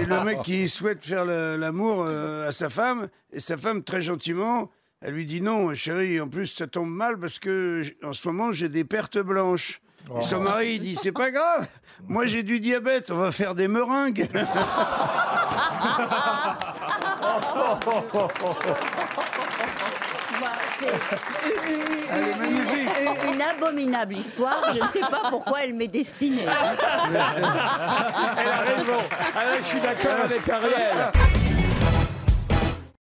Et le mec qui souhaite faire l'amour à sa femme, et sa femme, très gentiment, elle lui dit non, chérie, en plus ça tombe mal parce que en ce moment j'ai des pertes blanches. Et son mari, il dit, c'est pas grave, moi j'ai du diabète, on va faire des meringues. Elle est magnifique. Une abominable histoire, je ne sais pas pourquoi elle m'est destinée. Elle a raison. Ah, je suis d'accord avec Ariel.